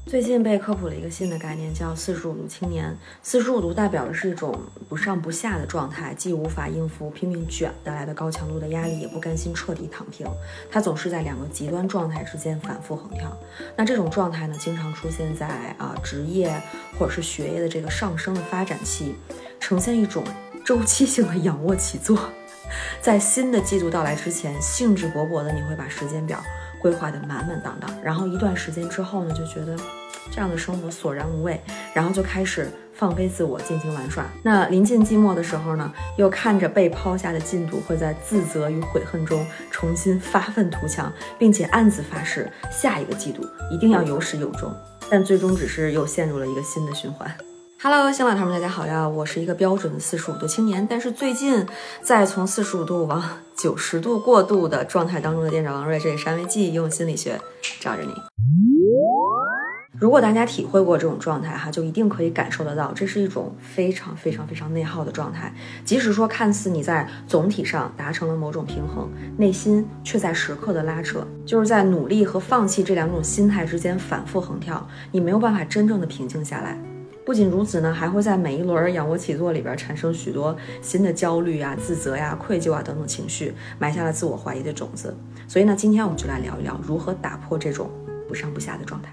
最近被科普了一个新的概念，叫45度青年。45度代表的是一种不上不下的状态，既无法应付拼命卷带来的高强度的压力，也不甘心彻底躺平。它总是在两个极端状态之间反复横跳。那这种状态呢，经常出现在职业或者是学业的这个上升的发展期，呈现一种周期性的仰卧起坐。在新的季度到来之前，兴致勃勃的你会把时间表规划得满满当当，然后一段时间之后呢，就觉得这样的生活索然无味，然后就开始放飞自我，尽情玩耍。那临近季末的时候呢，又看着被抛下的进度，会在自责与悔恨中重新发愤图强，并且暗自发誓下一个季度一定要有始有终，但最终只是又陷入了一个新的循环。Hello， 新老头们，大家好呀！我是一个标准的45度青年，但是最近在从45度往90度过渡的状态当中的店长王瑞，这里是安慰剂用心理学找着你。如果大家体会过这种状态就一定可以感受得到，这是一种非常内耗的状态。即使说看似你在总体上达成了某种平衡，内心却在时刻的拉扯，就是在努力和放弃这两种心态之间反复横跳，你没有办法真正的平静下来。不仅如此呢，还会在每一轮仰卧起坐里边产生许多新的焦虑自责愧疚等等情绪，埋下了自我怀疑的种子。所以呢，今天我们就来聊一聊如何打破这种不上不下的状态。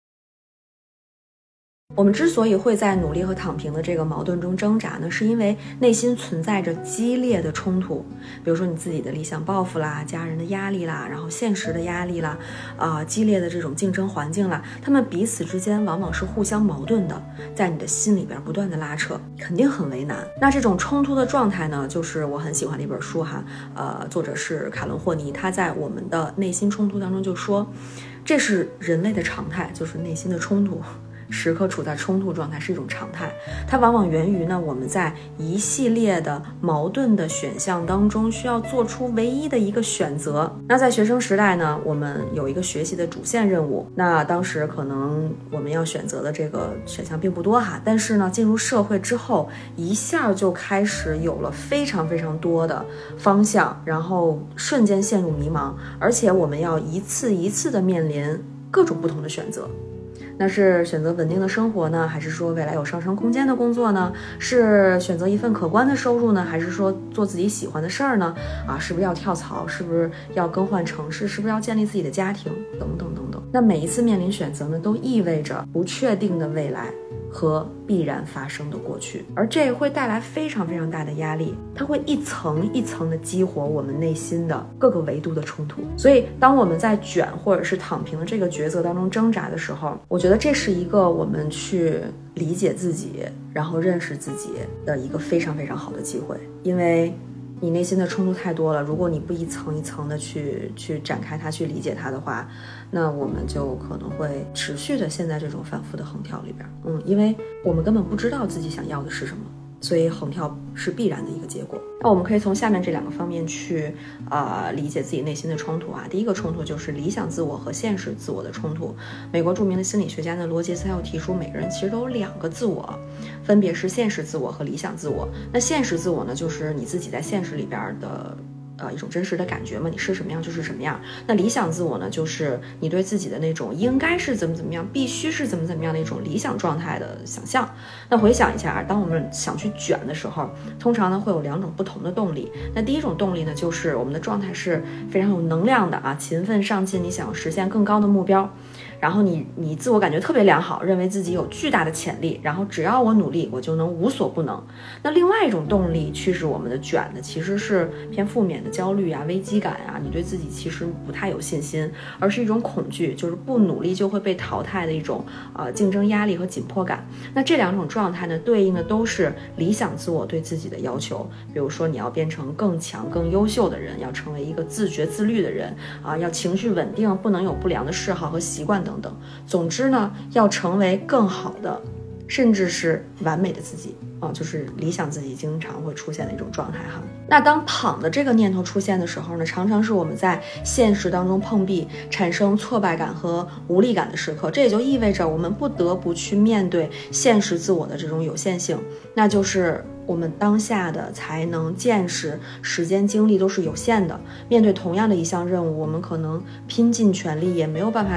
我们之所以会在努力和躺平的这个矛盾中挣扎呢，是因为内心存在着激烈的冲突。比如说你自己的理想抱负啦，家人的压力啦，然后现实的压力啦，激烈的这种竞争环境啦，他们彼此之间往往是互相矛盾的，在你的心里边不断的拉扯，肯定很为难。那这种冲突的状态呢，就是我很喜欢的一本书作者是卡伦霍尼，他在我们的内心冲突当中就说，这是人类的常态，就是内心的冲突。时刻处在冲突状态是一种常态，它往往源于呢我们在一系列的矛盾的选项当中需要做出唯一的一个选择。那在学生时代呢，我们有一个学习的主线任务，那当时可能我们要选择的这个选项并不多但是呢进入社会之后，一下就开始有了非常多的方向，然后瞬间陷入迷茫，而且我们要一次一次的面临各种不同的选择。那是选择稳定的生活呢，还是说未来有上升空间的工作呢？是选择一份可观的收入呢，还是说做自己喜欢的事儿呢？是不是要跳槽？是不是要更换城市？是不是要建立自己的家庭？等等。那每一次面临选择呢，都意味着不确定的未来和必然发生的过去，而这会带来非常大的压力，它会一层一层的激活我们内心的各个维度的冲突。所以当我们在卷或者是躺平的这个抉择当中挣扎的时候，我觉得这是一个我们去理解自己，然后认识自己的一个非常好的机会。因为你内心的冲突太多了，如果你不一层一层的去展开它，去理解它的话，那我们就可能会持续的陷在这种反复的横跳里边。因为我们根本不知道自己想要的是什么，所以横跳是必然的一个结果。那我们可以从下面这两个方面去理解自己内心的冲突第一个冲突就是理想自我和现实自我的冲突。美国著名的心理学家罗杰斯他又提出，每个人其实都有两个自我，分别是现实自我和理想自我。那现实自我呢，就是你自己在现实里边的一种真实的感觉嘛，你是什么样就是什么样。那理想自我呢，就是你对自己的那种应该是怎么样，必须是怎么样的一种理想状态的想象。那回想一下当我们想去卷的时候，通常呢会有两种不同的动力。那第一种动力呢，就是我们的状态是非常有能量的勤奋上进，你想要实现更高的目标，然后你自我感觉特别良好，认为自己有巨大的潜力，然后只要我努力我就能无所不能。那另外一种动力驱使我们的卷的其实是偏负面的焦虑危机感你对自己其实不太有信心，而是一种恐惧，就是不努力就会被淘汰的一种竞争压力和紧迫感。那这两种状态呢，对应的都是理想自我对自己的要求。比如说你要变成更强更优秀的人，要成为一个自觉自律的人要情绪稳定，不能有不良的嗜好和习惯等等。总之呢，要成为更好的甚至是完美的自己就是理想自己经常会出现的一种状态那当躺的这个念头出现的时候呢，常常是我们在现实当中碰壁，产生挫败感和无力感的时刻。这也就意味着我们不得不去面对现实自我的这种有限性，那就是我们当下的才能、见识、时间、精力都是有限的。面对同样的一项任务，我们可能拼尽全力也没有办法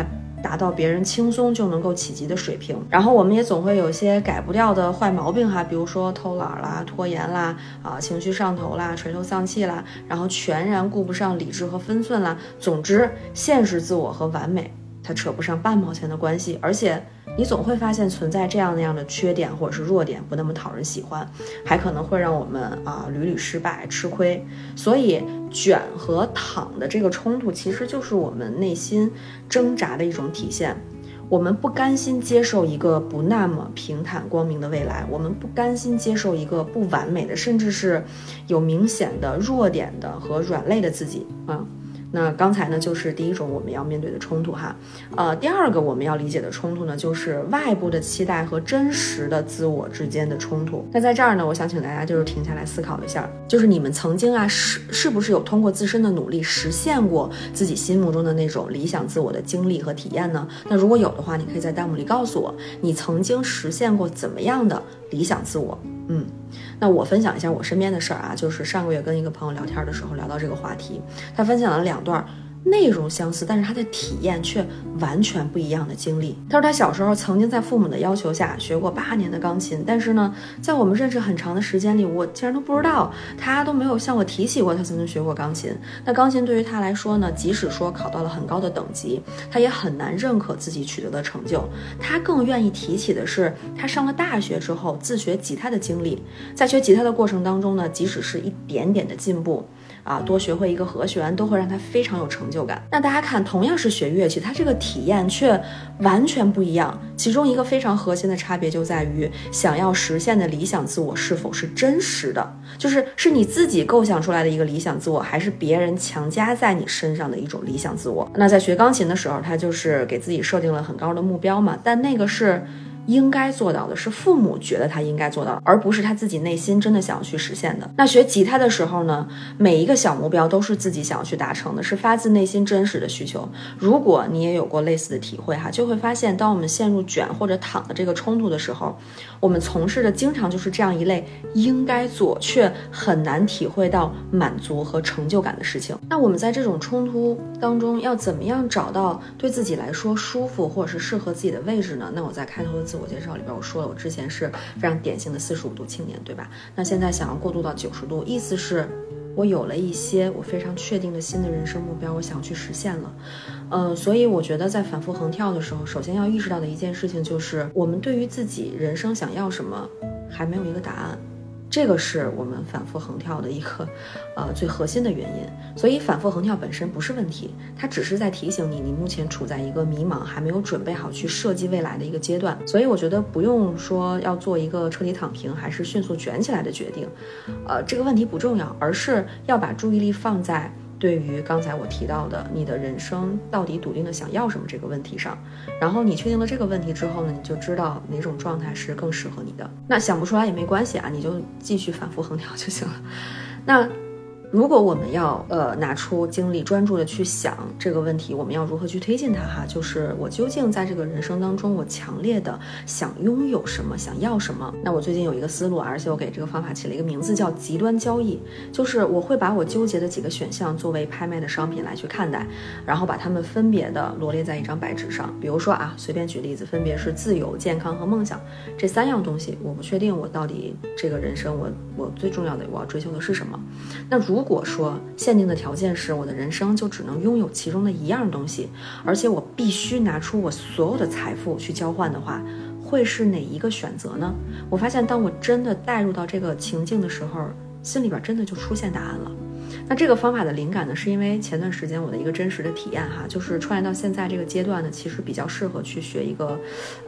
达到别人轻松就能够企及的水平。然后我们也总会有一些改不掉的坏毛病哈，比如说偷懒啦、拖延啦、情绪上头啦、垂头丧气啦，然后全然顾不上理智和分寸啦。总之，现实自我和完美它扯不上半毛钱的关系，而且你总会发现存在这样那样的缺点或者是弱点，不那么讨人喜欢，还可能会让我们屡屡失败吃亏。所以卷和躺的这个冲突其实就是我们内心挣扎的一种体现。我们不甘心接受一个不那么平坦光明的未来，我们不甘心接受一个不完美的，甚至是有明显的弱点的和软肋的自己那刚才呢就是第一种我们要面对的冲突哈，第二个我们要理解的冲突呢，就是外部的期待和真实的自我之间的冲突。那在这儿呢，我想请大家就是停下来思考一下，就是你们曾经是不是有通过自身的努力实现过自己心目中的那种理想自我的经历和体验呢？那如果有的话，你可以在弹幕里告诉我，你曾经实现过怎么样的理想自我。那我分享一下我身边的事儿就是上个月跟一个朋友聊天的时候聊到这个话题，他分享了2段内容相似，但是他的体验却完全不一样的经历。他说他小时候曾经在父母的要求下学过8年的钢琴，但是呢，在我们认识很长的时间里，我竟然都不知道，他都没有向我提起过他曾经学过钢琴。那钢琴对于他来说呢，即使说考到了很高的等级，他也很难认可自己取得的成就。他更愿意提起的是他上了大学之后自学吉他的经历。在学吉他的过程当中呢，即使是一点点的进步多学会一个和弦，都会让他非常有成就感。那大家看，同样是学乐器，他这个体验却完全不一样。其中一个非常核心的差别就在于，想要实现的理想自我是否是真实的，是你自己构想出来的一个理想自我，还是别人强加在你身上的一种理想自我。那在学钢琴的时候，他就是给自己设定了很高的目标嘛，但那个是应该做到的，是父母觉得他应该做到，而不是他自己内心真的想要去实现的。那学吉他的时候呢，每一个小目标都是自己想要去达成的，是发自内心真实的需求。如果你也有过类似的体会就会发现，当我们陷入卷或者躺的这个冲突的时候，我们从事的经常就是这样一类应该做却很难体会到满足和成就感的事情。那我们在这种冲突当中要怎么样找到对自己来说舒服或者是适合自己的位置呢？那我在开头的自我介绍里边我说了，我之前是非常典型的45度青年，对吧？那现在想要过渡到90度，意思是我有了一些我非常确定的新的人生目标，我想去实现了。所以我觉得在反复横跳的时候，首先要意识到的一件事情就是，我们对于自己人生想要什么还没有一个答案。这个是我们反复横跳的一个最核心的原因。所以反复横跳本身不是问题，它只是在提醒你，你目前处在一个迷茫还没有准备好去设计未来的一个阶段。所以我觉得不用说要做一个彻底躺平还是迅速卷起来的决定，这个问题不重要，而是要把注意力放在对于刚才我提到的你的人生到底笃定的想要什么这个问题上。然后你确定了这个问题之后呢，你就知道哪种状态是更适合你的。那想不出来也没关系你就继续反复横跳就行了。那如果我们要拿出精力专注的去想这个问题，我们要如何去推进它就是我究竟在这个人生当中，我强烈的想拥有什么，想要什么。那我最近有一个思路，而且我给这个方法起了一个名字叫极端交易，就是我会把我纠结的几个选项作为拍卖的商品来去看待，然后把它们分别的罗列在一张白纸上。比如说随便举例子，分别是自由、健康和梦想这3样东西，我不确定我到底这个人生我最重要的我要追求的是什么。那如果说限定的条件是我的人生就只能拥有其中的一样东西，而且我必须拿出我所有的财富去交换的话，会是哪一个选择呢？我发现当我真的带入到这个情境的时候，心里边真的就出现答案了。那这个方法的灵感呢，是因为前段时间我的一个真实的体验就是串联到现在这个阶段呢，其实比较适合去学一个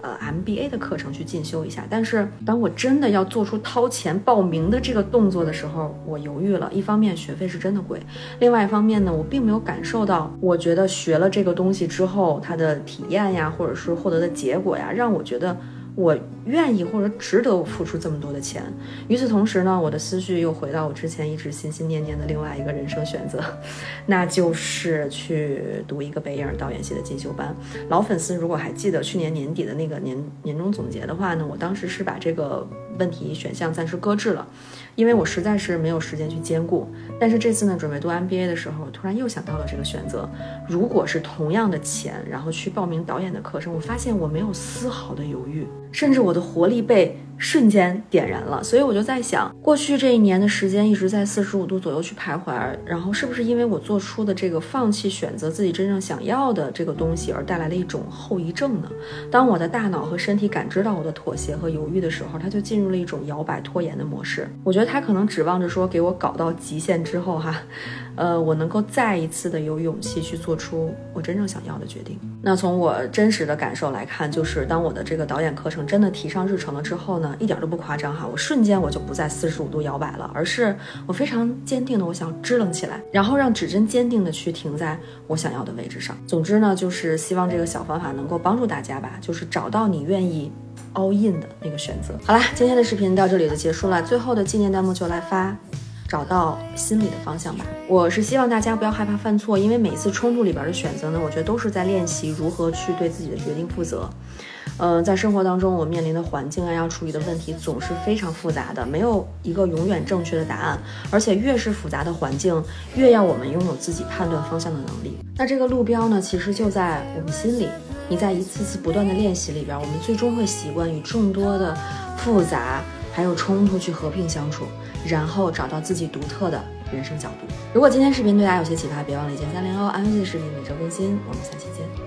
MBA 的课程去进修一下。但是当我真的要做出掏钱报名的这个动作的时候，我犹豫了。一方面学费是真的贵，另外一方面呢，我并没有感受到我觉得学了这个东西之后它的体验呀，或者是获得的结果呀，让我觉得我愿意或者值得我付出这么多的钱。与此同时呢，我的思绪又回到我之前一直心心念念的另外一个人生选择，那就是去读一个北影导演系的进修班。老粉丝如果还记得去年年底的那个年终总结的话呢，我当时是把这个问题选项暂时搁置了， 因为我实在是没有时间去兼顾。但是这次呢，准备读 MBA 的时候，我突然又想到了这个选择。如果是同样的钱，然后去报名导演的课程，我发现我没有丝毫的犹豫，甚至我的活力被瞬间点燃了。所以我就在想，过去这1年的时间一直在45度左右去徘徊，然后是不是因为我做出的这个放弃选择自己真正想要的这个东西而带来了一种后遗症呢？当我的大脑和身体感知到我的妥协和犹豫的时候，它就进入了一种摇摆拖延的模式。我觉得它可能指望着说给我搞到极限之后我能够再一次的有勇气去做出我真正想要的决定。那从我真实的感受来看，就是当我的这个导演课程真的提上日程了之后呢，一点都不夸张我瞬间我就不再45度摇摆了，而是我非常坚定的我想支棱起来，然后让指针坚定的去停在我想要的位置上。总之呢，就是希望这个小方法能够帮助大家吧，就是找到你愿意all in 的那个选择。好啦，今天的视频到这里就结束了，最后的纪念弹幕就来发找到心里的方向吧。我是希望大家不要害怕犯错，因为每一次冲突里边的选择呢，我觉得都是在练习如何去对自己的决定负责。在生活当中，我面临的环境要处理的问题总是非常复杂的，没有一个永远正确的答案，而且越是复杂的环境，越要我们拥有自己判断方向的能力。那这个路标呢，其实就在我们心里。你在一次次不断的练习里边，我们最终会习惯与众多的复杂还有冲突去和平相处，然后找到自己独特的人生角度。如果今天视频对大家有些启发，别忘了一键3连哦。安慰的视频每周更新，我们下期见。